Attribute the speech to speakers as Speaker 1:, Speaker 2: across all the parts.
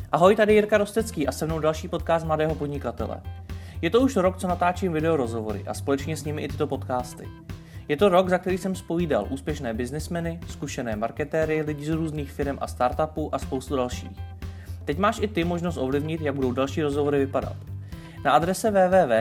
Speaker 1: Ahoj, tady Jirka Rostecký a se mnou další podcast mladého podnikatele. Je to už rok, co natáčím video rozhovory a společně s nimi i tyto podcasty. Je to rok, za který jsem zpovídal úspěšné biznismeny, zkušené marketéry, lidi z různých firm a startupů a spoustu dalších. Teď máš i ty možnost ovlivnit, jak budou další rozhovory vypadat. Na adrese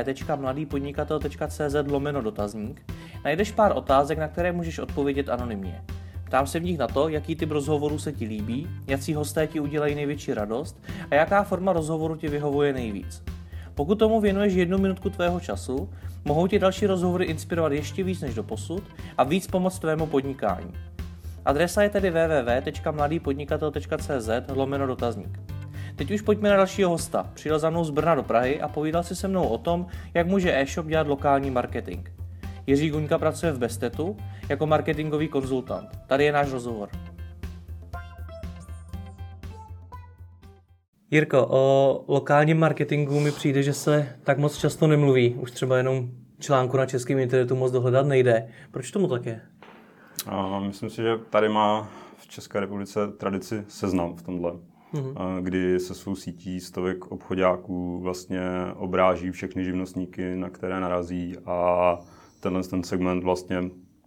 Speaker 1: www.mladýpodnikatel.cz/dotazník najdeš pár otázek, na které můžeš odpovědět anonymně. Ptám se v nich na to, jaký typ rozhovorů se ti líbí, jací hosté ti udělají největší radost a jaká forma rozhovoru ti vyhovuje nejvíc. Pokud tomu věnuješ 1 minutku tvého času, mohou ti další rozhovory inspirovat ještě víc než doposud a víc pomoct tvému podnikání. Adresa je tedy www.mladýpodnikatel.cz/dotazník. Teď už pojďme na dalšího hosta. Přijel za mnou z Brna do Prahy a povídal si se mnou o tom, jak může e-shop dělat lokální marketing. Jiří Guňka pracuje v Bestetu jako marketingový konzultant. Tady je náš rozhovor. Jirko, o lokálním marketingu mi přijde, že se tak moc často nemluví. Už třeba jenom článku na českém internetu moc dohledat nejde. Proč tomu tak je?
Speaker 2: Myslím si, že tady má v České republice tradici Seznam v tomhle. Kdy se svou sítí stovek obchodáků vlastně obráží všechny živnostníky, na které narazí, a ten segment vlastně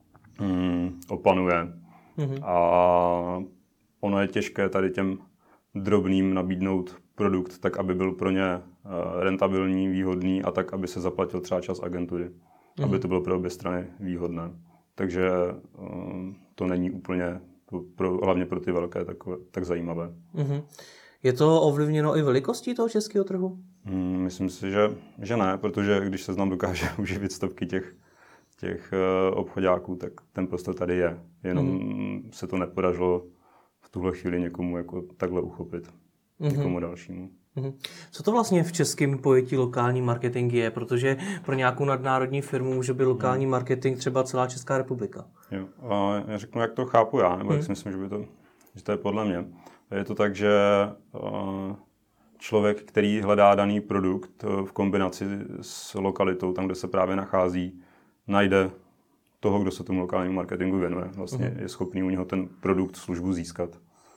Speaker 2: opanuje. A ono je těžké tady těm drobným nabídnout produkt tak, aby byl pro ně rentabilní, výhodný a tak, aby se zaplatil třeba čas agentury. Aby to bylo pro obě strany výhodné. Takže to není úplně, hlavně pro ty velké, tak zajímavé.
Speaker 1: Je to ovlivněno i velikostí toho českého trhu?
Speaker 2: Myslím si, že ne, protože když Seznam dokáže uživit stovky těch obchodáků, tak ten prostor tady je. Jenom se to nepodařilo v tuhle chvíli někomu jako takhle uchopit. Někomu dalšímu.
Speaker 1: Co to vlastně v českém pojetí lokální marketing je? Protože pro nějakou nadnárodní firmu může být lokální marketing třeba celá Česká republika.
Speaker 2: Jo. A já řeknu, jak to chápu já, nebo jak si myslím, že to je podle mě. Je to tak, že člověk, který hledá daný produkt v kombinaci s lokalitou, tam, kde se právě nachází, najde toho, kdo se tomu lokálnímu marketingu věnuje. Vlastně je schopný u něho ten produkt, službu získat.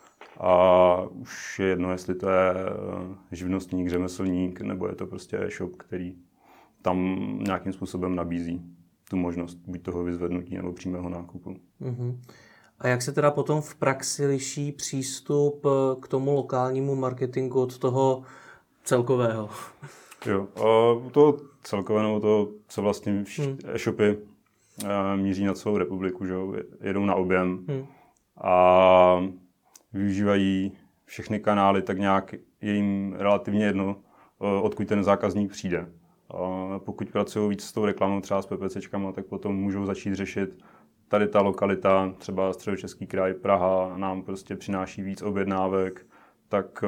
Speaker 2: A už je jedno, jestli to je živnostník, řemeslník, nebo je to prostě e-shop, který tam nějakým způsobem nabízí tu možnost buď toho vyzvednutí nebo přímého nákupu.
Speaker 1: A jak se teda potom v praxi liší přístup k tomu lokálnímu marketingu od toho celkového?
Speaker 2: Jo, u toho celkového, toho, co vlastně e-shopy míří na celou republiku, že jedou na objem a využívají všechny kanály, tak nějak je jim relativně jedno, odkud ten zákazník přijde. Pokud pracují víc s tou reklamou, třeba s PPCčkama, tak potom můžou začít řešit, tady ta lokalita, třeba Středočeský kraj, Praha, nám prostě přináší víc objednávek, tak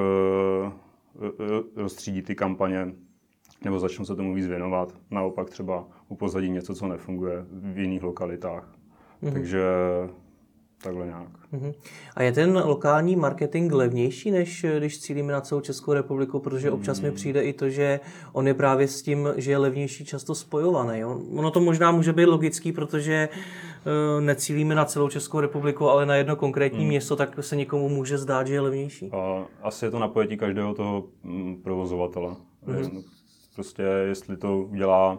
Speaker 2: rozstřídí ty kampaně, nebo začnou se tomu víc věnovat. Naopak třeba upozadí něco, co nefunguje v jiných lokalitách. Takže takhle nějak.
Speaker 1: A je ten lokální marketing levnější, než když cílíme na celou Českou republiku? Protože občas mi přijde i to, že on je právě s tím, že je levnější, často spojovaný. Jo? Ono to možná může být logický, protože necílíme na celou Českou republiku, ale na jedno konkrétní město, tak se někomu může zdát, že je levnější.
Speaker 2: Asi je to na pojetí každého toho provozovatele. Prostě jestli to udělá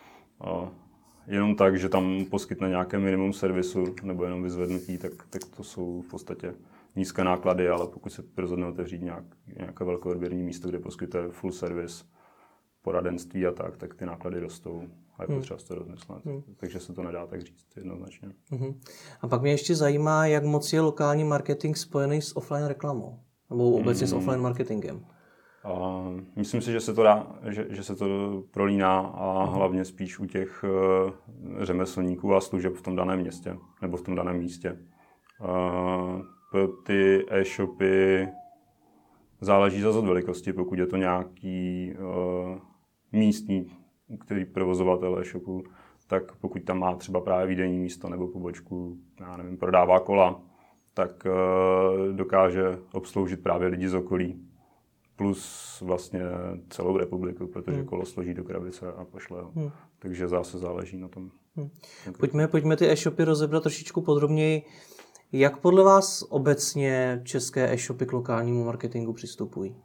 Speaker 2: jenom tak, že tam poskytne nějaké minimum servisu nebo jenom vyzvednutí, tak to jsou v podstatě nízké náklady, ale pokud se rozhodne otevřít nějaké velké odběrní místo, kde poskytuje full service, poradenství a tak ty náklady rostou a je potřeba se to rozmyslet. Takže se to nedá tak říct jednoznačně.
Speaker 1: A pak mě ještě zajímá, jak moc je lokální marketing spojený s offline reklamou nebo obecně s offline marketingem.
Speaker 2: Myslím si, že se to dá, že se to prolíná a hlavně spíš u těch řemeslníků a služeb v tom daném městě nebo v tom daném místě. Pro ty e-shopy záleží zase od velikosti, pokud je to nějaký místní, který provozovatel e-shopu, tak pokud tam má třeba právě výdejní místo nebo pobočku, já nevím, prodává kola, tak dokáže obsloužit právě lidi z okolí. Plus vlastně celou republiku, protože kolo složí do krabice a pošle ho. Takže zase záleží na tom.
Speaker 1: Pojďme ty e-shopy rozebrat trošičku podrobněji. Jak podle vás obecně české e-shopy k lokálnímu marketingu přistupují?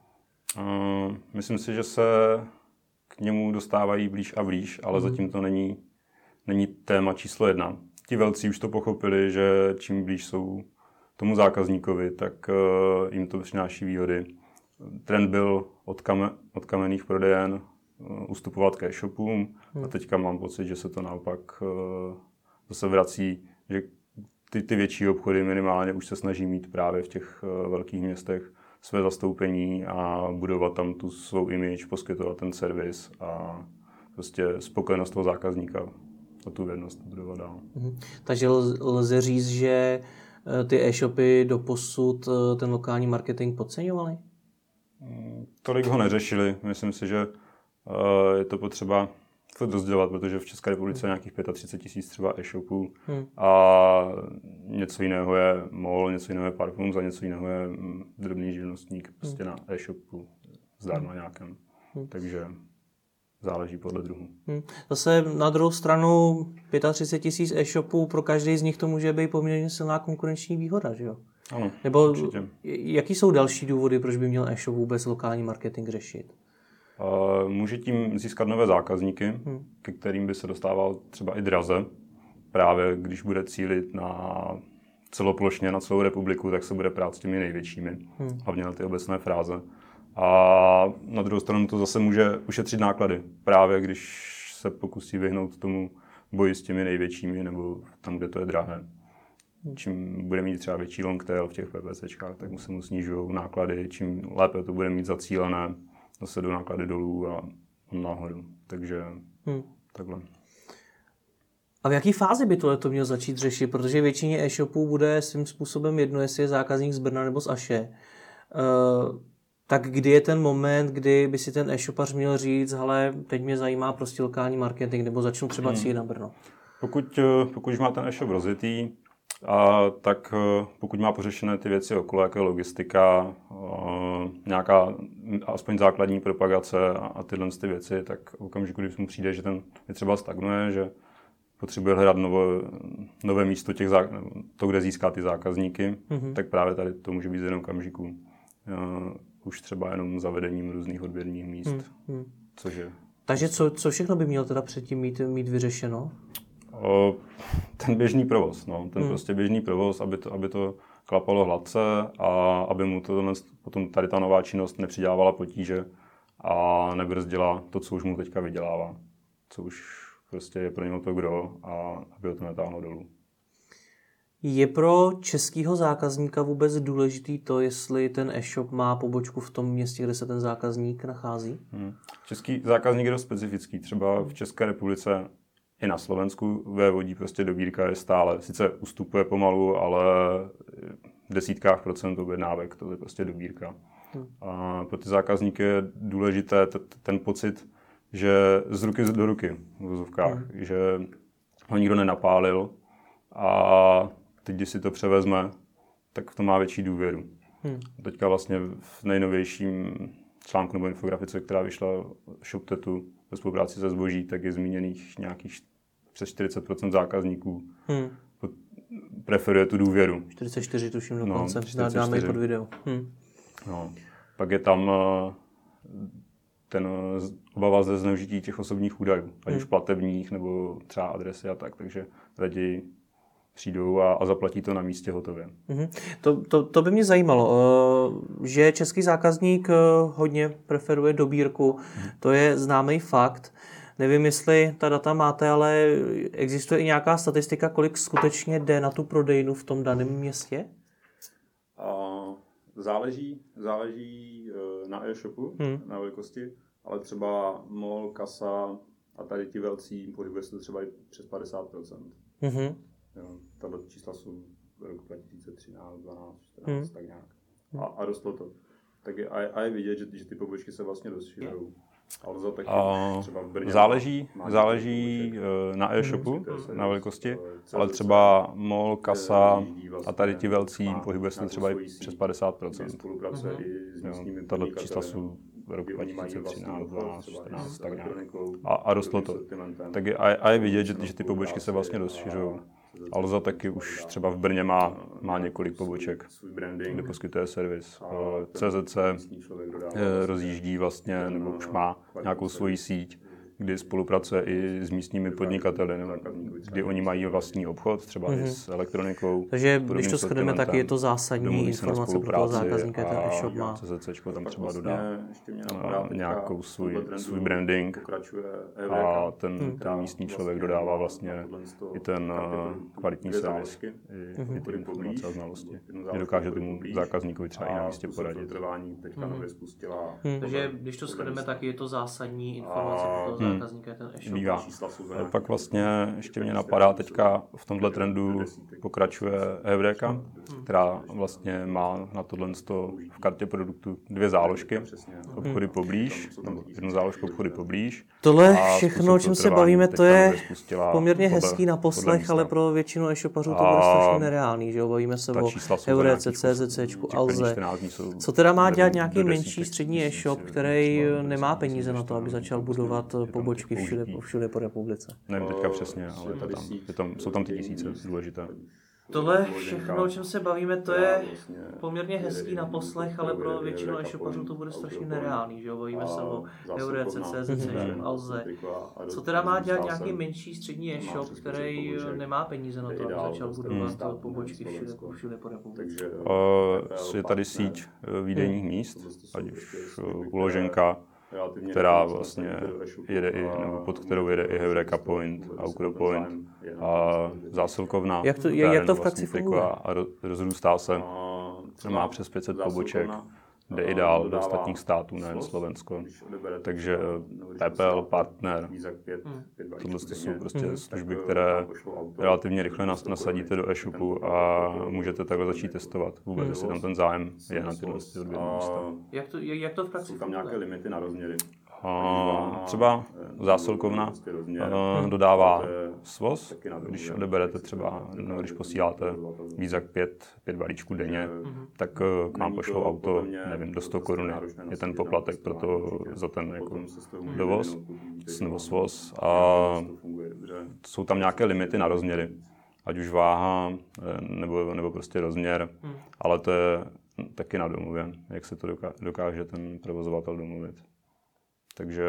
Speaker 2: Myslím si, že se k němu dostávají blíž a blíž, ale zatím to není téma číslo 1. Ti velcí už to pochopili, že čím blíž jsou tomu zákazníkovi, tak jim to přináší výhody. Trend byl od kamenných prodejen ustupovat k e-shopům a teďka mám pocit, že se to naopak zase vrací, že ty větší obchody minimálně už se snaží mít právě v těch velkých městech své zastoupení a budovat tam tu svou image, poskytovat ten servis a prostě spokojenost toho zákazníka a tu věrnost budovat dál.
Speaker 1: Takže lze říct, že ty e-shopy doposud ten lokální marketing podceňovaly?
Speaker 2: Tolik ho neřešili. Myslím si, že je to potřeba rozdělovat, protože v České republice je nějakých 35 000 třeba e-shopů a něco jiného je mall, něco jiného je Parfums a něco jiného je drobný živnostník prostě na e-shopu zdarma nějakém. Takže záleží podle druhu.
Speaker 1: Zase na druhou stranu 35 000 e-shopů, pro každý z nich to může být poměrně silná konkurenční výhoda, že jo?
Speaker 2: Ano,
Speaker 1: nebo
Speaker 2: určitě.
Speaker 1: Jaký jsou další důvody, proč by měl e-shop vůbec lokální marketing řešit?
Speaker 2: Může tím získat nové zákazníky, ke kterým by se dostával třeba i draze. Právě když bude cílit na celoplošně, na celou republiku, tak se bude prát s těmi největšími, hlavně na ty obecné fráze. A na druhou stranu to zase může ušetřit náklady, právě když se pokusí vyhnout tomu boji s těmi největšími nebo tam, kde to je drahé. Čím bude mít třeba větší long tail v těch PPCčkách, tak se mu snižují náklady, čím lépe to bude mít zacílené, zase do náklady dolů a nahoru. Takže takhle.
Speaker 1: A v jaký fázi by tohle měl začít řešit? Protože většině e-shopů bude svým způsobem jedno, jestli je zákazník z Brna nebo z Aše. Tak kdy je ten moment, kdy by si ten e-shopař měl říct, hele, teď mě zajímá prostě lokální marketing, nebo začnu třeba cílit na Brno?
Speaker 2: Pokud už má ten e-shop rozjetý, tak pokud má pořešené ty věci okolo, jako je logistika, nějaká aspoň základní propagace a tyhle ty věci, tak v okamžiku, když mu přijde, že ten je třeba stagnuje, že potřebuje hledat nové místo to, kde získá ty zákazníky, tak právě tady to může být z jenom okamžiku. Už třeba jenom zavedením různých odběrných míst. Což je...
Speaker 1: Takže co všechno by měl teda předtím mít vyřešeno?
Speaker 2: Ten běžný provoz, ten prostě běžný provoz, aby to klapalo hladce a aby mu to potom tady ta nová činnost nepřidávala potíže a nebrzdila to, co už mu teďka vydělává, co už prostě je pro něho to gro a aby ho to netáhlo dolů.
Speaker 1: Je pro českého zákazníka vůbec důležitý to, jestli ten e-shop má pobočku v tom městě, kde se ten zákazník nachází?
Speaker 2: Český zákazník je dost specifický. Třeba v České republice i na Slovensku vévodí prostě dobírka je stále. Sice ustupuje pomalu, ale v desítkách procent objednávek to je prostě dobírka. A pro ty zákazníky je důležité ten pocit, že z ruky do ruky v vozovkách, že ho nikdo nenapálil a teď, když si to převezme, tak to má větší důvěru. Teďka vlastně v nejnovějším článku nebo infografice, která vyšla ShopTetu ve spolupráci se Zboží, tak je zmíněných nějakých přes 40% zákazníků preferuje tu důvěru.
Speaker 1: 44 tuším dokonce, dáme pod video.
Speaker 2: No. Pak je tam ten obava ze zneužití těch osobních údajů, ať už platebních nebo třeba adresy a tak, takže raději přijdou a zaplatí to na místě hotově.
Speaker 1: To by mě zajímalo, že český zákazník hodně preferuje dobírku, to je známý fakt. Nevím, jestli ta data máte, ale existuje i nějaká statistika, kolik skutečně jde na tu prodejnu v tom daném městě?
Speaker 2: Záleží na e-shopu, na velikosti, ale třeba mall, kasa a tady ti velcí pohybuje se třeba i přes 50%. Tato čísla jsou rok 2013, 12, 14, tak nějak. A rostlo to. Tak je vidět, že ty pobočky se vlastně rozšiřují. Ale za taky třeba v Brně záleží na e-shopu, na velikosti, ale třeba mall, kasa a tady ti velcí pohybuje se třeba i přes 50%. Tato čísla jsou rok 2013, 12, 14, tak nějak. A rostlo to. Tak je vidět, že ty pobočky se vlastně rozšiřují. Alza taky už třeba v Brně má několik poboček, kde poskytuje servis. CZC rozjíždí vlastně, nebo už má nějakou svoji síť, kdy spolupracuje i s místními podnikateli, kdy oni mají vlastní obchod, třeba i s elektronikou.
Speaker 1: Takže když to shrneme, tak je to zásadní informace pro toho zákazníka, ten e-shop má.
Speaker 2: CZCčko tam třeba dodá nějakou svůj branding a ten místní člověk dodává vlastně i ten kvalitní servis, i ty informace a znalosti. Dokáže tomu zákazníkovi třeba i na místě poradit.
Speaker 1: Takže když to shrneme, tak je to zásadní informace pro toho zákazníka, ten e-shop.
Speaker 2: Bývá. Pak vlastně ještě mě napadá teďka v tomhle trendu pokračuje Heureka, která vlastně má na tohle v kartě produktu 2 záložky, obchody poblíž, nebo 1 záložku obchody poblíž.
Speaker 1: Tohle všechno, o čem se bavíme, to je poměrně hezký na poslech, ale pro většinu e-shopařů to bude strašně nereálný, že jo? Bavíme se o Heurece, CZCčku, Alze. Co teda má dělat nějaký menší střední e-shop, který nemá peníze na to, aby začal budovat pobočky všude po republice?
Speaker 2: Nevím teďka přesně, ale jsou tam ty tisíce důležité.
Speaker 1: Tohle všechno, o čem se bavíme, to je poměrně hezký na poslech, ale pro většinu e-shopařů to bude strašně nereálný, že jo? Bavíme se o Heurece, CZCčku, Alze. Co teda má dělat nějaký menší střední e-shop, který nemá peníze na to, aby začal budovat pobočky všude po republice?
Speaker 2: Je tady síť výdejních míst, ať už uloženka, která vlastně jede i, nebo pod kterou jede i Heureka Point, Aukro Point a zásilkovna.
Speaker 1: Jak to v praxi funguje?
Speaker 2: A rozrůstá se, má přes 500 poboček, jde i dál do ostatních států, nejen Slovensko. Takže PPL, Partner, tohle jsou prostě služby, které relativně rychle nasadíte do e-shopu a můžete takhle začít testovat vůbec, jestli tam ten zájem je na tyhle odběrné místa.
Speaker 1: Jak to v praxi funguje?
Speaker 3: Tam nějaké limity na rozměry.
Speaker 2: Třeba zásilkovna dodává svoz, když odeberete třeba, nebo když posíláte víc jak 5 balíčků denně, tak k vám pošlou auto, nevím, do 100 korun je ten poplatek za ten jako dovoz nebo svoz a jsou tam nějaké limity na rozměry, ať už váha nebo prostě rozměr, ale to je taky na domluvě, jak se to dokáže ten provozovatel domluvit. Takže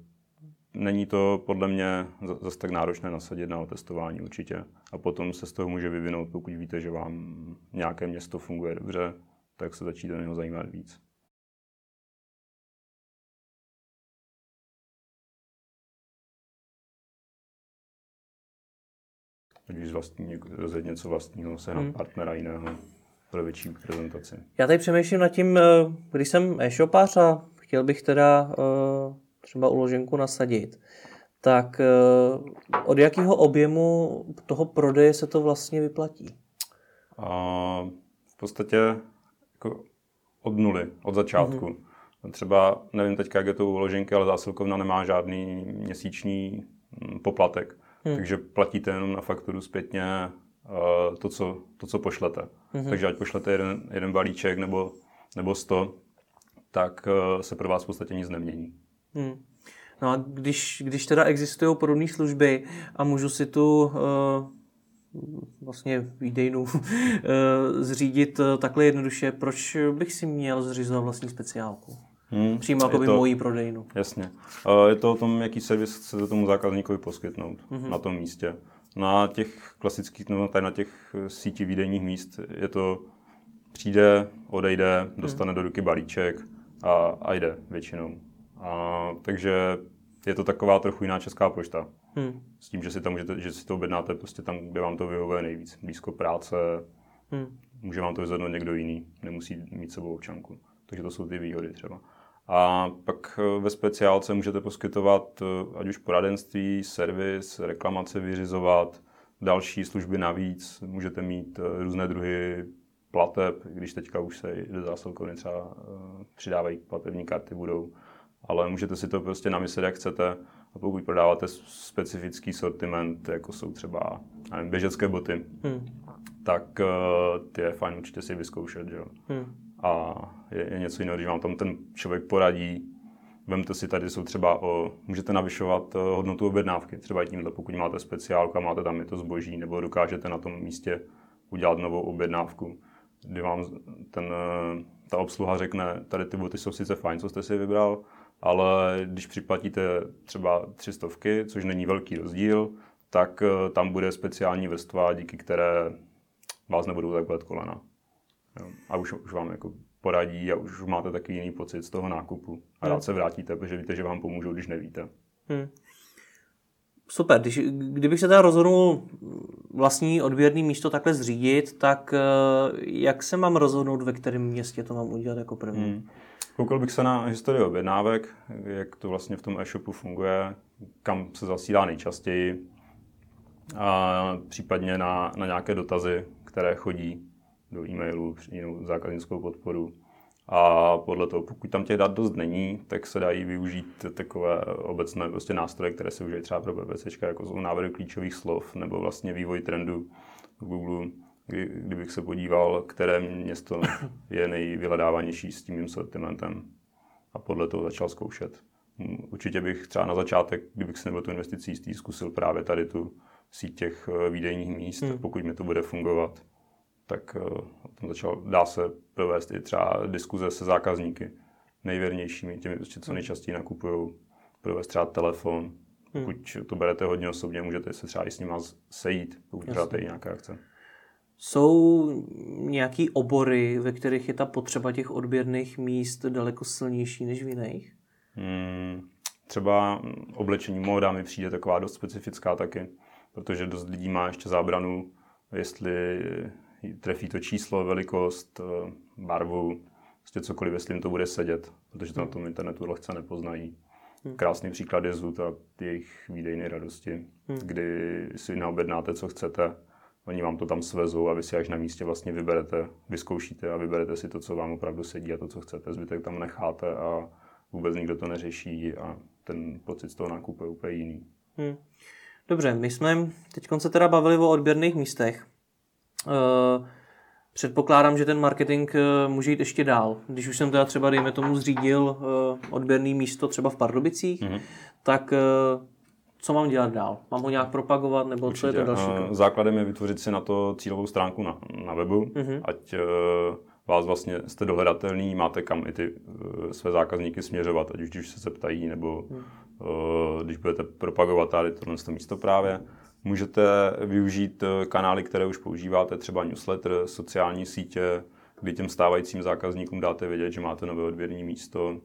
Speaker 2: není to podle mě zase tak náročné nasadit na testování určitě. A potom se z toho může vyvinout, pokud víte, že vám nějaké město funguje dobře, tak se začít do něho zajímat víc. Když rozjet něco vlastního, sehnat partnera jiného pro větší prezentaci.
Speaker 1: Já tady přemýšlím nad tím, když jsem e-shopař a chtěl bych teda třeba uloženku nasadit, tak od jakého objemu toho prodeje se to vlastně vyplatí?
Speaker 2: V podstatě jako od nuly, od začátku. Třeba, nevím teďka, jak je to u uloženky, ale zásilkovna nemá žádný měsíční poplatek. Takže platíte jenom na fakturu zpětně to, co pošlete. Takže ať pošlete jeden balíček nebo 100, tak se pro vás v podstatě nic nemění.
Speaker 1: No a když teda existují podobné služby a můžu si tu vlastně výdejnu zřídit takhle jednoduše, proč bych si měl zřizovat vlastní speciálku? Přímo jako by mojí prodejnu.
Speaker 2: Jasně. Je to o tom, jaký servis chcete tomu zákazníkovi poskytnout na tom místě. Na těch klasických, no tady na těch sítí výdejních míst je to přijde, odejde, dostane do ruky balíček a jde většinou. Takže je to taková trochu jiná Česká pošta. S tím, že si to objednáte prostě tam, kde vám to vyhovuje nejvíc. Blízko práce, může vám to vyzvednout někdo jiný, nemusí mít sebou občanku. Takže to jsou ty výhody třeba. A pak ve speciálce můžete poskytovat ať už poradenství, servis, reklamace vyřizovat, další služby navíc. Můžete mít různé druhy plateb, když teďka už se do zásilkovny třeba přidávají platební karty budou. Ale můžete si to prostě namyslet, jak chcete. A pokud prodáváte specifický sortiment, jako jsou třeba běžecké boty, tak ty je fajn určitě si vyzkoušet. Že? A je něco jiného, když vám tam ten člověk poradí. Vemte si, tady jsou třeba můžete navyšovat hodnotu objednávky. Třeba i tímhle, pokud máte speciálku a máte tam i to zboží, nebo dokážete na tom místě udělat novou objednávku. kdy vám ta obsluha řekne, tady ty boty jsou sice fajn, co jste si vybral, ale když připlatíte třeba 300, což není velký rozdíl, tak tam bude speciální vrstva, díky které vás nebudou tak bolet kolena. Jo. A už vám jako poradí a už máte takový jiný pocit z toho nákupu. A rád se vrátíte, protože víte, že vám pomůžou, když nevíte.
Speaker 1: Super, kdybych se teda rozhodnul vlastní odběrný místo takhle zřídit, tak jak se mám rozhodnout, ve kterém městě to mám udělat jako první?
Speaker 2: Koukal bych se na historii objednávek, jak to vlastně v tom e-shopu funguje, kam se zasílá nejčastěji, a případně na nějaké dotazy, které chodí do e-mailu, jinou zákaznickou podporu. A podle toho, pokud tam těch dat dost není, tak se dají využít takové obecné prostě nástroje, které se užívají třeba pro PPCčka, jako jsou návrhy klíčových slov nebo vlastně vývoj trendu v Google. Kdybych se podíval, které město je nejvyhledávanější s tím sortimentem a podle toho začal zkoušet. Určitě bych třeba na začátek, kdybych si nebyl tu investicí jistý, zkusil právě tady tu síť těch výdejních míst, pokud mi to bude fungovat. Tak tam dá se provést i třeba diskuze se zákazníky nejvěrnějšími, těmi, co nejčastěji nakupují, provést třeba telefon. Pokud to berete hodně osobně, můžete se třeba i s nima sejít, pokud děláte i nějaké akce.
Speaker 1: Jsou nějaký obory, ve kterých je ta potřeba těch odběrných míst daleko silnější než v jiných?
Speaker 2: Třeba oblečení, móda mi přijde taková dost specifická taky, protože dost lidí má ještě zábranu, jestli trefí to číslo, velikost, barvu, prostě cokoliv, jestli jim to bude sedět, protože to na tom internetu lehce nepoznají. Krásný příklad je Zoot a jejich výdejné radosti, kdy si naobjednáte, co chcete, oni vám to tam svezou a vy si až na místě vlastně vyberete, vyzkoušíte a vyberete si to, co vám opravdu sedí a to, co chcete. Zbytek tam necháte a vůbec nikdo to neřeší a ten pocit z toho nákupu je úplně jiný.
Speaker 1: Dobře, my jsme teď se teda bavili o odběrných místech. Předpokládám, že ten marketing může jít ještě dál. Když už jsem teda třeba, dejme tomu, zřídil odběrný místo třeba v Pardubicích, tak co mám dělat dál? Mám ho nějak propagovat, nebo určitě. Co je to další?
Speaker 2: Základem je vytvořit si na to cílovou stránku na webu, ať vás vlastně jste dohledatelný, máte kam i ty své zákazníky směřovat, ať už když se zeptají, nebo když budete propagovat tady tohle místo právě. Můžete využít kanály, které už používáte, třeba newsletter, sociální sítě, kdy těm stávajícím zákazníkům dáte vědět, že máte nové odběrné místo.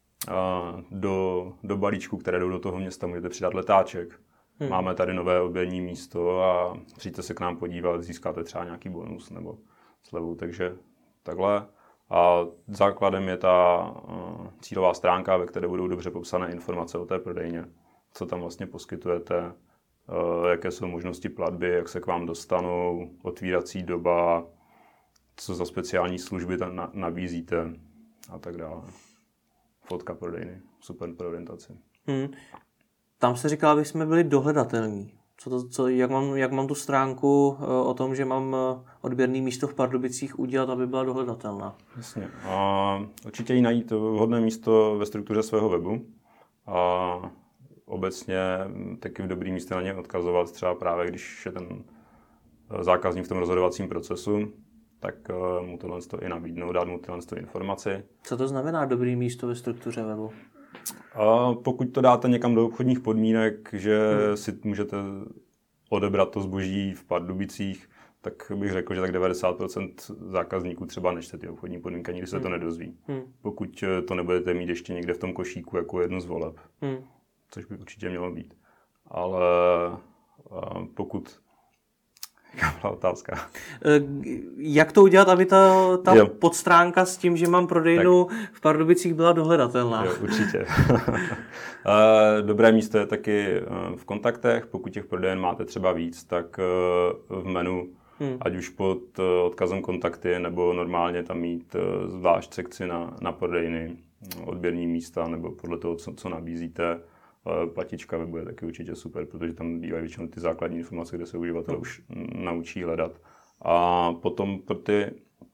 Speaker 2: Do balíčku, které jdou do toho města, můžete přidat letáček. Máme tady nové odběrné místo a přijďte se k nám podívat, získáte třeba nějaký bonus nebo slevu, takže takhle. A základem je ta cílová stránka, ve které budou dobře popsané informace o té prodejně, co tam vlastně poskytujete, jaké jsou možnosti platby, jak se k vám dostanou, otvírací doba, co za speciální služby tam nabízíte a tak dále. Fotka prodejny, super pro orientaci.
Speaker 1: Tam se říkal, aby jsme byli dohledatelní. Jak mám tu stránku o tom, že mám odběrné místo v Pardubicích udělat, aby byla dohledatelná?
Speaker 2: Jasně. A určitě jí najít vhodné místo ve struktuře svého webu. A obecně taky v dobrý místě na ně odkazovat, třeba právě když je ten zákazník v tom rozhodovacím procesu, tak mu tohle i nabídnou, dát mu tyhle informaci.
Speaker 1: Co to znamená dobrý místo ve struktuře webu?
Speaker 2: A pokud to dáte někam do obchodních podmínek, že si můžete odebrat to zboží v Pardubicích, tak bych řekl, že tak 90% zákazníků třeba nečte ty obchodní podmínky, nikdy se to nedozví. Pokud to nebudete mít ještě někde v tom košíku jako jednu z voleb, což by určitě mělo být. Ale pokud... Jaká byla otázka?
Speaker 1: Jak to udělat, aby ta podstránka s tím, že mám prodejnu v Pardubicích, byla dohledatelná?
Speaker 2: Jo, určitě. Dobré místo je taky v kontaktech. Pokud těch prodejen máte třeba víc, tak v menu, ať už pod odkazem kontakty, nebo normálně tam mít zvlášť sekci na prodejny, odběrní místa, nebo podle toho, co nabízíte. Platička webu je taky určitě super, protože tam bývají většinou ty základní informace, kde se uživatel už naučí hledat. A potom pro ty,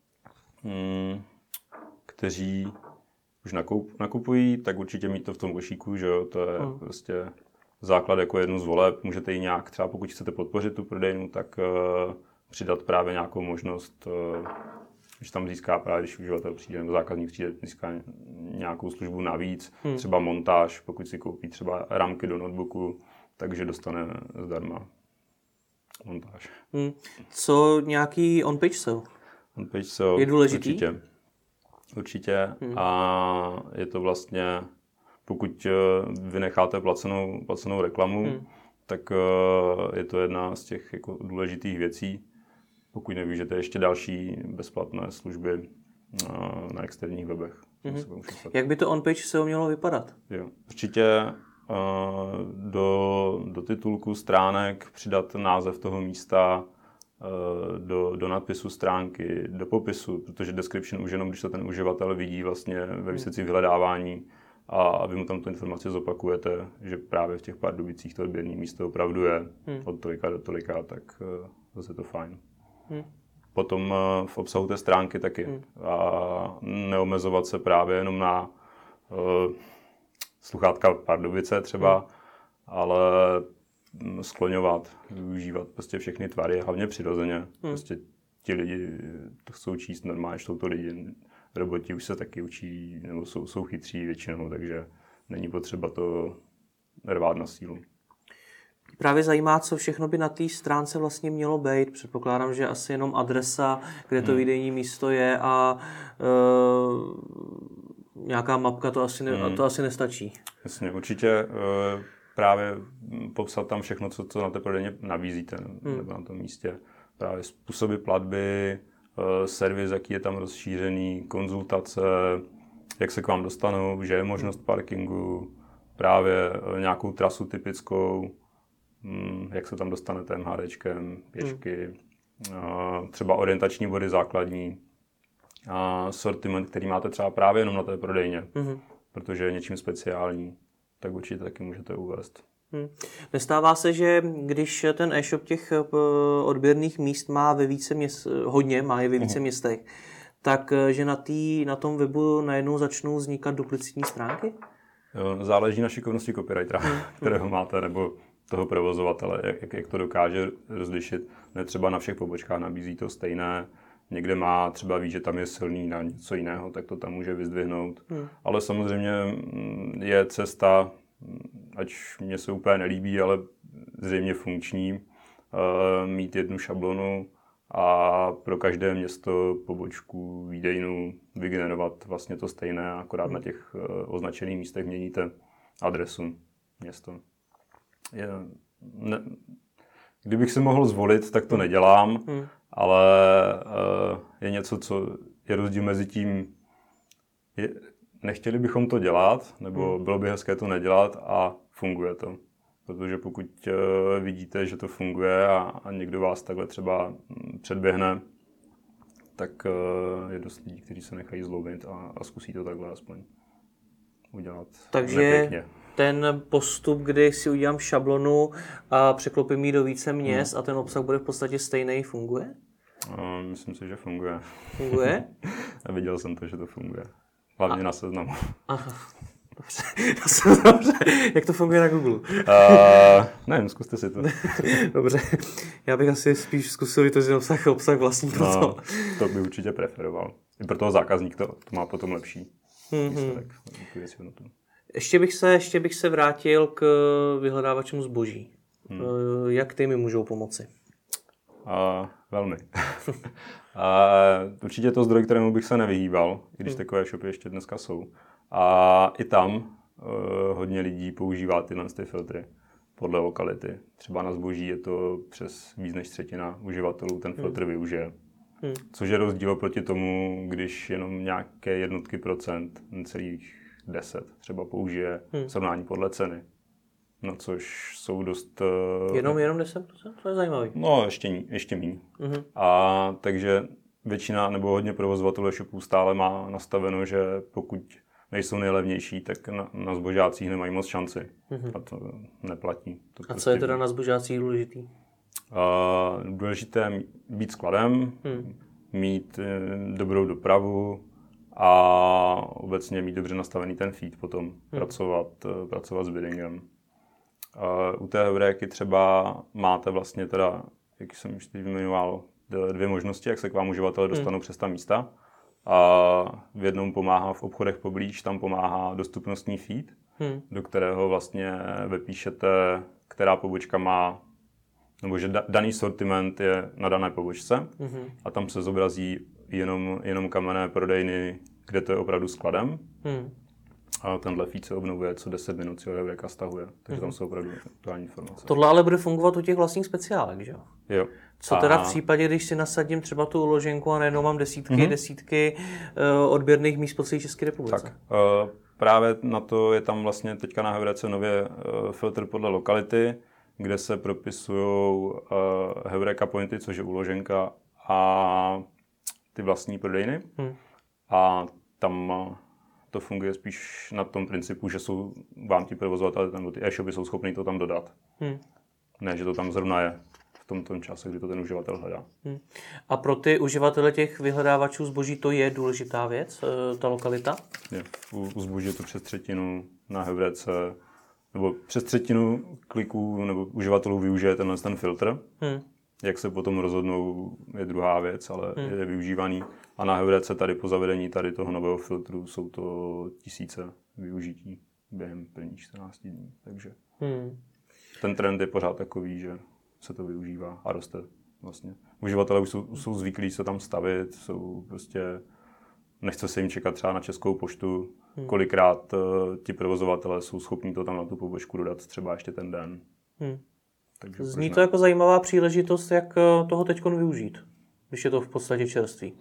Speaker 2: kteří už nakupují, tak určitě mít to v tom košíku, že jo, to je prostě základ jako jednu z voleb. Můžete ji nějak, třeba pokud chcete podpořit tu prodejnu, tak přidat právě nějakou možnost, že tam získá právě, když uživatel přijde nebo zákazník přijde, získá nějakou službu navíc, třeba montáž, pokud si koupí třeba ramky do notebooku, takže dostane zdarma montáž.
Speaker 1: Co nějaký on-page sale?
Speaker 2: On-page sale
Speaker 1: je důležitý?
Speaker 2: Určitě. A je to vlastně, pokud vynecháte placenou reklamu, tak je to jedna z těch jako důležitých věcí. Pokud nevyužijete ještě další bezplatné služby na externích webech.
Speaker 1: Jak by to on-page SEO mělo vypadat?
Speaker 2: Jo. Určitě do titulku stránek přidat název toho místa, do nadpisu stránky, do popisu, protože description už jenom, když to ten uživatel vidí vlastně ve výsledci vyhledávání a vy mu tam tu informaci zopakujete, že právě v těch Pardubicích to odběrné místo opravdu je od tolika do tolika, tak zase to fajn. Potom v obsahu té stránky taky. A neomezovat se právě jenom na sluchátka Pardubice třeba, ale skloňovat, využívat prostě všechny tvary, hlavně přirozeně. Prostě ti lidi to chcou číst normálně, jsou to lidi. Roboti už se taky učí, nebo jsou chytří většinou, takže není potřeba to rvát na sílu.
Speaker 1: Právě zajímá, co všechno by na té stránce vlastně mělo být. Předpokládám, že asi jenom adresa, kde to výdejní místo je a nějaká mapka, to asi nestačí.
Speaker 2: Jasně, určitě právě popsat tam všechno, co na té prodejně nabízíte nebo na tom místě. Právě způsoby platby, servis, jaký je tam rozšířený, konzultace, jak se k vám dostanou, že je možnost parkingu, právě nějakou trasu typickou, jak se tam dostanete MHDčkem, pěšky, třeba orientační body základní, a sortiment, který máte třeba právě jenom na té prodejně, protože je něčím speciální, tak určitě taky můžete uvést.
Speaker 1: Nestává se, že když ten e-shop těch odběrných míst má ve více má je ve více městech, tak že na tom webu najednou začnou vznikat duplicitní stránky?
Speaker 2: Záleží na šikovnosti copywritera, kterého máte, nebo toho provozovatele, jak to dokáže rozlišit. Ne třeba na všech pobočkách nabízí to stejné, někde má, třeba ví, že tam je silný na něco jiného, tak to tam může vyzdvihnout. Ale samozřejmě je cesta, ať mě se úplně nelíbí, ale zřejmě funkční, mít jednu šablonu a pro každé město, pobočku, výdejnu vygenerovat vlastně to stejné, akorát na těch označených místech měníte adresu, město. Kdybych si mohl zvolit, tak to nedělám, ale je něco, co je rozdíl mezi tím, nechtěli bychom to dělat, nebo bylo by hezké to nedělat a funguje to. Protože pokud vidíte, že to funguje a někdo vás takhle třeba předběhne, tak je dost lidí, kteří se nechají zlobit a zkusí to takhle aspoň udělat.
Speaker 1: Takže
Speaker 2: nepěkně.
Speaker 1: Ten postup, kdy si udělám šablonu a překlopím ji do více měst a ten obsah bude v podstatě stejný, funguje?
Speaker 2: Myslím si, že funguje.
Speaker 1: Funguje?
Speaker 2: Viděl jsem to, že to funguje. Hlavně na Seznamu. Aha.
Speaker 1: Dobře. Jak to funguje na Google?
Speaker 2: Nevím, zkuste si to.
Speaker 1: Dobře. Já bych asi spíš zkusil vytvořit obsah vlastní pro to.
Speaker 2: No, to by určitě preferoval. I pro toho zákazník to má potom lepší výsledek.
Speaker 1: Ještě bych se vrátil k vyhledávačům zboží. Jak ty mi můžou pomoci?
Speaker 2: Velmi. Určitě je to zdroj, kterému bych se nevyhýbal, i když takové shopy ještě dneska jsou. A i tam hodně lidí používá tyhle filtry podle lokality. Třeba na zboží je to přes víc než třetina uživatelů ten filtr využije. Což je rozdíl oproti tomu, když jenom nějaké jednotky procent, necelých 10 třeba použije srovnání podle ceny. No, což jsou dost...
Speaker 1: Jenom 10%? To je zajímavý.
Speaker 2: No, ještě míň. A takže většina nebo hodně provozovatelů e-shopů stále má nastaveno, že pokud nejsou nejlevnější, tak na zbožácích nemají moc šanci. A to neplatí. To
Speaker 1: a
Speaker 2: prostě
Speaker 1: co je teda na zbožácích důležitý?
Speaker 2: Důležité být skladem, mít dobrou dopravu a obecně mít dobře nastavený ten feed potom, pracovat s biddingem. U té heuréky třeba máte vlastně teda, jak jsem už teď vyjmenoval, dvě možnosti, jak se k vám uživatelé dostanou přes ta místa. A v jednom pomáhá v obchodech poblíž, tam pomáhá dostupnostní feed, do kterého vlastně vypíšete, která pobočka má, nebo že daný sortiment je na dané pobočce a tam se zobrazí jenom kamenné prodejny, kde to je opravdu skladem. A tenhle feed se obnovuje co 10 minut, si ho Heureka stahuje. Takže tam jsou opravdu aktuální informace.
Speaker 1: Tohle ale bude fungovat u těch vlastních speciálek, že jo?
Speaker 2: Jo.
Speaker 1: Co teda v případě, když si nasadím třeba tu uloženku a najednou mám desítky odběrných míst po celé České republice?
Speaker 2: Tak, právě na to je tam vlastně teďka na Heurece nově filtr podle lokality, kde se propisují Heureka pointy, což je uloženka, a ty vlastní prodejny. A tam to funguje spíš na tom principu, že jsou vám ti provozovatelé nebo ty e-shopy jsou schopni to tam dodat. Ne, že to tam zrovna je v tom čase, kdy to ten uživatel hledá.
Speaker 1: A pro ty uživatele těch vyhledávačů zboží to je důležitá věc, ta lokalita?
Speaker 2: Je. U zboží je to přes třetinu na Heurece, nebo přes třetinu kliků nebo uživatelů využije ten filtr. Jak se potom rozhodnou, je druhá věc, ale je využívaný. A na Heurece tady po zavedení tady toho nového filtru jsou to tisíce využití během prvních 14 dní. Takže ten trend je pořád takový, že se to využívá a roste vlastně. Uživatelé už jsou zvyklí se tam stavit, jsou prostě, nechce se jim čekat třeba na Českou poštu. Kolikrát ti provozovatelé jsou schopní to tam na tu pobočku dodat třeba ještě ten den. Takže
Speaker 1: zní to jako zajímavá příležitost, jak toho teďkon využít, když je to v podstatě čerství.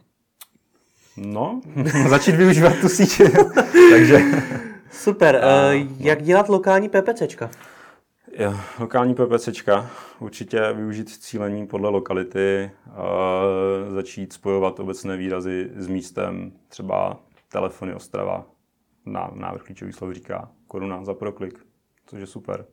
Speaker 2: No, začít využívat tu síť. Takže.
Speaker 1: Super. Jak dělat lokální PPCčka?
Speaker 2: Lokální PPCčka. Určitě využít cílení podle lokality, začít spojovat obecné výrazy s místem, třeba telefony Ostrava. Návrh klíčových slov říká koruna za proklik, což je super.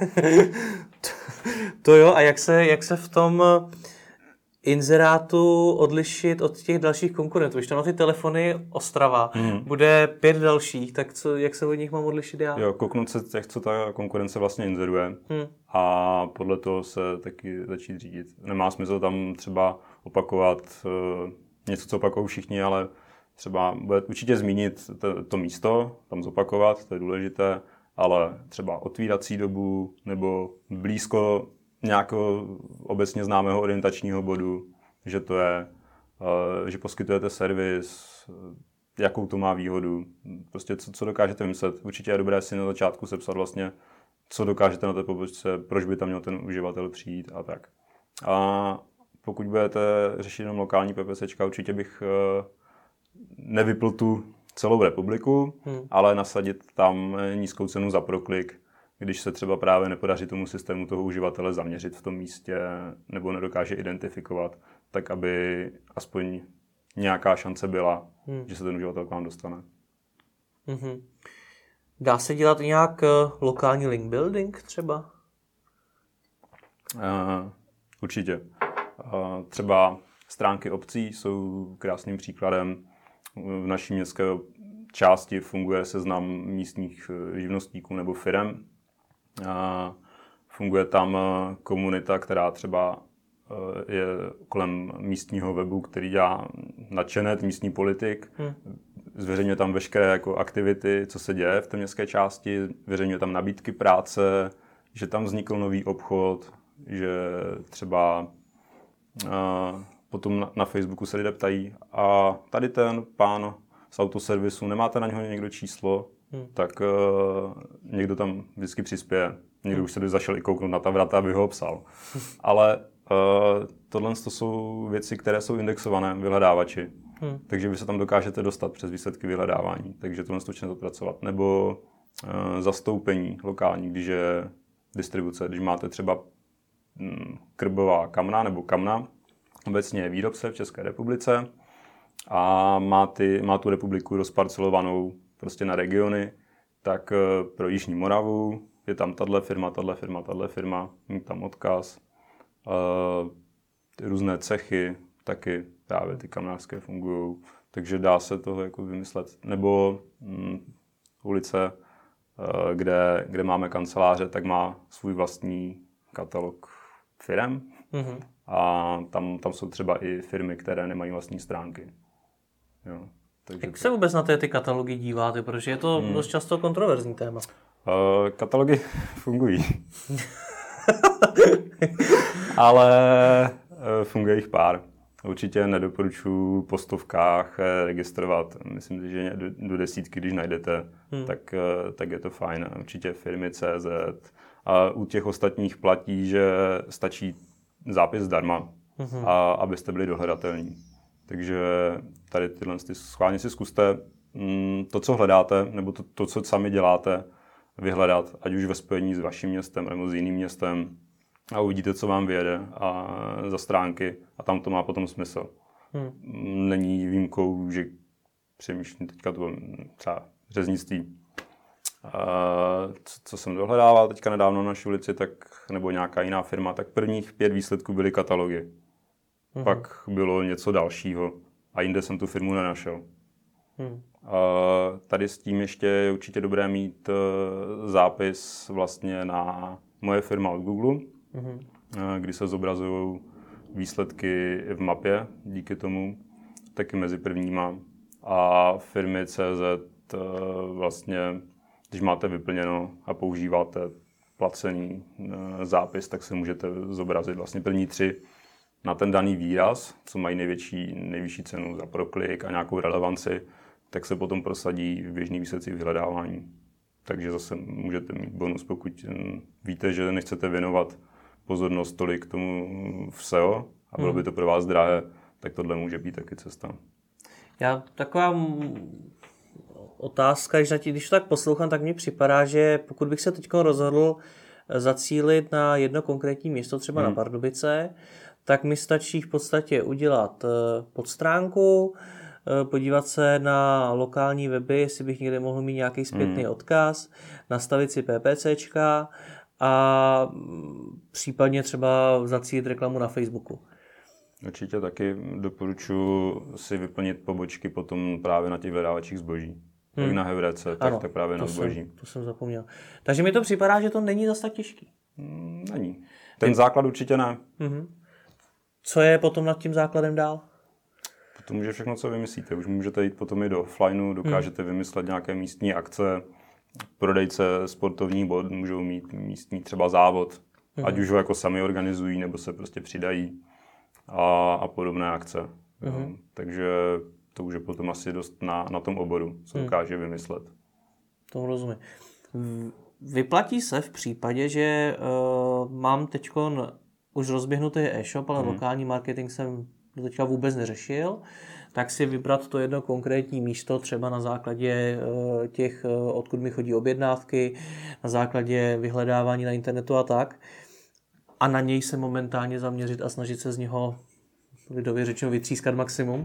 Speaker 1: To jo, a jak se v tom inzerátu odlišit od těch dalších konkurentů? Když tam na ty telefony Ostrava bude 5 dalších, tak jak se od nich mám odlišit já?
Speaker 2: Jo, kouknout se těch, co ta konkurence vlastně inzeruje a podle toho se taky začít řídit. Nemá smysl tam třeba opakovat něco, co opakují všichni, ale třeba bude určitě zmínit to místo, tam zopakovat, to je důležité, ale třeba otvírací dobu nebo blízko nějakého obecně známého orientačního bodu, že to je, že poskytujete servis, jakou to má výhodu, prostě co dokážete vymyslet. Určitě je dobré si na začátku sepsat vlastně, co dokážete na té pobočce, proč by tam měl ten uživatel přijít a tak. A pokud budete řešit jenom lokální PPCčka, určitě bych nevypl tu celou republiku, ale nasadit tam nízkou cenu za proklik, když se třeba právě nepodaří tomu systému toho uživatele zaměřit v tom místě nebo nedokáže identifikovat, tak aby aspoň nějaká šance byla, že se ten uživatel k vám dostane.
Speaker 1: Dá se dělat nějak lokální link building třeba?
Speaker 2: Určitě. Třeba stránky obcí jsou krásným příkladem. V naší městské části funguje seznam místních živnostníků nebo firem. Funguje tam komunita, která třeba je kolem místního webu, který dělá nadšenet, místní politik. Zveřejňuje tam veškeré jako aktivity, co se děje v té městské části, zveřejňuje tam nabídky práce, že tam vznikl nový obchod, že třeba potom na Facebooku se lidé ptají, a tady ten pán z autoservisu, nemáte na něho někdo číslo, tak někdo tam vždycky přispěje. Někdo už se zašel i kouknout na ta vrata, aby ho obsal. Ale tohle to jsou věci, které jsou indexované v vyhledávači. Takže vy se tam dokážete dostat přes výsledky vyhledávání. Takže tohle to začne pracovat. Nebo zastoupení lokální, když je distribuce. Když máte třeba Krbová kamna nebo kamna, obecně je výrobce v České republice a má tu republiku rozparcelovanou prostě na regiony, tak pro Jižní Moravu je tam tahle firma, mít tam odkaz, různé cechy, taky právě ty kamnářské fungují, takže dá se toho jako vymyslet. Nebo ulice, kde máme kanceláře, tak má svůj vlastní katalog firem, a tam jsou třeba i firmy, které nemají vlastní stránky. Jo. Takže
Speaker 1: Jak se vůbec na ty katalogy díváte, protože je to dost často kontroverzní téma.
Speaker 2: Katalogy fungují. Ale funguje jich pár. Určitě nedoporučuji po stovkách registrovat. Myslím si, že do desítky, když najdete, tak je to fajn. Určitě firmy CZ. A u těch ostatních platí, že stačí zápis zdarma, a abyste byli dohledatelní. Takže tady tyhle schválně si zkuste to, co hledáte, nebo to, co sami děláte, vyhledat, ať už ve spojení s vaším městem nebo s jiným městem, a uvidíte, co vám vyjede a za stránky, a tam to má potom smysl. Není výjimkou, že přemýšlím teďka to třeba řeznictví. Co jsem dohledával teďka nedávno na naší ulici, tak, nebo nějaká jiná firma, tak prvních 5 výsledků byly katalogy. Pak bylo něco dalšího a jinde jsem tu firmu nenašel. Tady s tím ještě je určitě dobré mít zápis vlastně na Moje firma od Google, kdy se zobrazují výsledky v mapě díky tomu, taky mezi prvníma. A firmy CZ vlastně, když máte vyplněno a používáte placený zápis, tak se můžete zobrazit vlastně první 3 na ten daný výraz, co mají nejvyšší cenu za proklik a nějakou relevanci, tak se potom prosadí v běžných výsledcích vyhledávání. Takže zase můžete mít bonus, pokud víte, že nechcete věnovat pozornost tolik tomu v SEO a bylo by to pro vás drahé, tak tohle může být taky cesta.
Speaker 1: Taková otázka, když to tak poslouchám, tak mně připadá, že pokud bych se teď rozhodl zacílit na jedno konkrétní město, třeba na Pardubice, tak mi stačí v podstatě udělat podstránku, podívat se na lokální weby, jestli bych někde mohl mít nějaký zpětný odkaz, nastavit si PPCčka a případně třeba zacílit reklamu na Facebooku.
Speaker 2: Určitě taky doporučuji si vyplnit pobočky potom právě na těch vyhledávačích zboží. Jak na Heurece, tak právě na zboží.
Speaker 1: To jsem zapomněl. Takže mi to připadá, že to není zas tak těžký.
Speaker 2: Není. Ten základ určitě ne.
Speaker 1: Co je potom nad tím základem dál?
Speaker 2: Potom může všechno, co vymyslíte. Už můžete jít potom i do offlineu, dokážete vymyslet nějaké místní akce, prodejce sportovní bod můžou mít místní třeba závod, ať už ho jako sami organizují, nebo se prostě přidají a podobné akce. Takže to už je potom asi dost na tom oboru, co dokáže vymyslet.
Speaker 1: To rozumím. Vyplatí se v případě, že mám teďkon už rozběhnutý e-shop, ale lokální marketing jsem do teďka vůbec neřešil, tak si vybrat to jedno konkrétní místo, třeba na základě těch, odkud mi chodí objednávky, na základě vyhledávání na internetu a tak, a na něj se momentálně zaměřit a snažit se z něho, lidově řečeno, vytřískat maximum?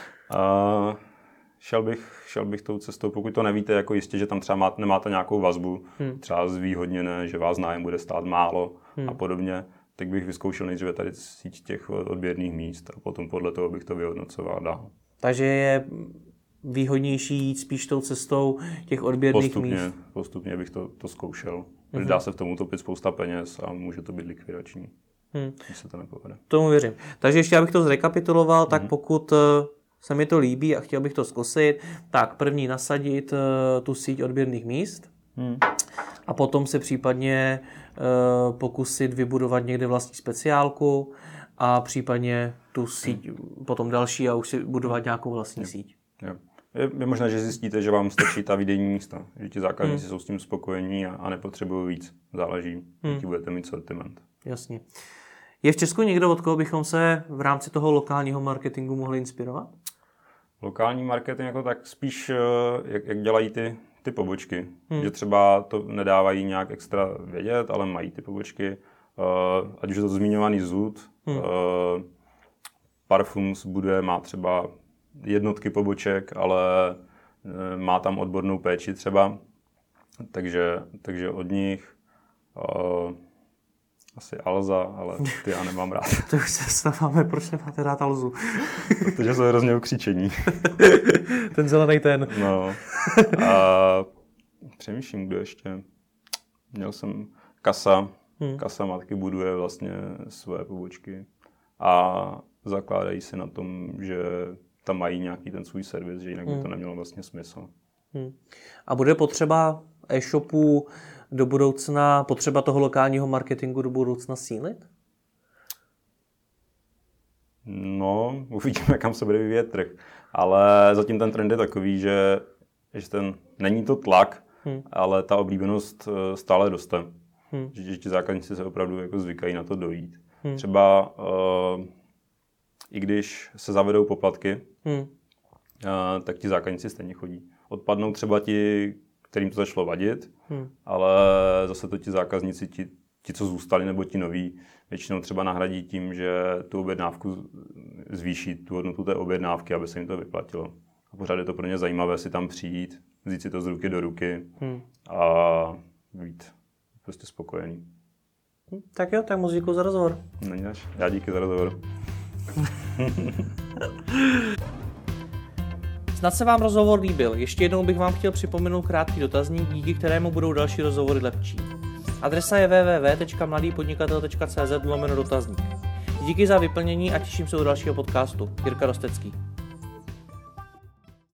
Speaker 2: Šel bych tou cestou, pokud to nevíte, jako jistě, že tam třeba nemáte nějakou vazbu, třeba zvýhodněné, že vás nájem bude stát málo a podobně, tak bych vyzkoušel nejdříve tady síť těch odběrných míst a potom podle toho bych to vyhodnocoval dál.
Speaker 1: Takže je výhodnější jít spíš tou cestou těch odběrných míst?
Speaker 2: Postupně bych to zkoušel. Dá se v tom utopit spousta peněz a může to být likvidační, když se to nepovede.
Speaker 1: Tomu věřím. Takže ještě abych to zrekapituloval, tak pokud se mi to líbí a chtěl bych to zkusit, tak první nasadit tu síť odběrných míst a potom se případně pokusit vybudovat někde vlastní speciálku a případně tu síť potom další a už si budovat nějakou vlastní síť.
Speaker 2: Je možné, že zjistíte, že vám stačí ta výdejní místa, že ti zákazníci jsou s tím spokojení a nepotřebují víc. Záleží, jaký budete mít sortiment.
Speaker 1: Jasně. Je v Česku někdo, od koho bychom se v rámci toho lokálního marketingu mohli inspirovat?
Speaker 2: Lokální marketing jako tak spíš, jak dělají ty pobočky. Že třeba to nedávají nějak extra vědět, ale mají ty pobočky. Ať už je to zmiňovaný Zoot, Parfums buduje, má třeba jednotky poboček, ale má tam odbornou péči třeba. Takže od nich asi Alza, ale ty já nemám rád.
Speaker 1: To už se staváme, proč nemáte rád Alzu?
Speaker 2: Protože jsou hrozně ukřičení.
Speaker 1: Ten zelený ten.
Speaker 2: No. A přemýšlím, kdo ještě. Měl jsem Kasa. Kasa matky buduje vlastně své pobočky. a zakládají si na tom, že tam mají nějaký ten svůj servis, že jinak by to nemělo vlastně smysl.
Speaker 1: A bude potřeba e-shopu do budoucna, potřeba toho lokálního marketingu do budoucna sílit?
Speaker 2: No, uvidíme, kam se bude vyvíjet trh. Ale zatím ten trend je takový, že není to tlak, ale ta oblíbenost stále roste. Že ti zákazníci se opravdu jako zvykají na to dojít. Třeba i když se zavedou poplatky, tak ti zákazníci stejně chodí. Odpadnou třeba ti, kterým to začalo vadit, ale zase to ti zákazníci, ti, co zůstali, nebo ti noví, většinou třeba nahradí tím, že tu objednávku zvýší tu hodnotu té objednávky, aby se jim to vyplatilo. A pořád je to pro ně zajímavé si tam přijít, vzít si to z ruky do ruky a být prostě spokojený.
Speaker 1: Tak jo, tak moc děkuji za rozhovor.
Speaker 2: Není až. Já díky za rozhovor.
Speaker 1: Snad se vám rozhovor líbil. Ještě jednou bych vám chtěl připomenout krátký dotazník, díky kterému budou další rozhovory lepší. Adresa je www.mladýpodnikatel.cz/dotazník. Díky za vyplnění a těším se u dalšího podcastu. Jirka Rostecký.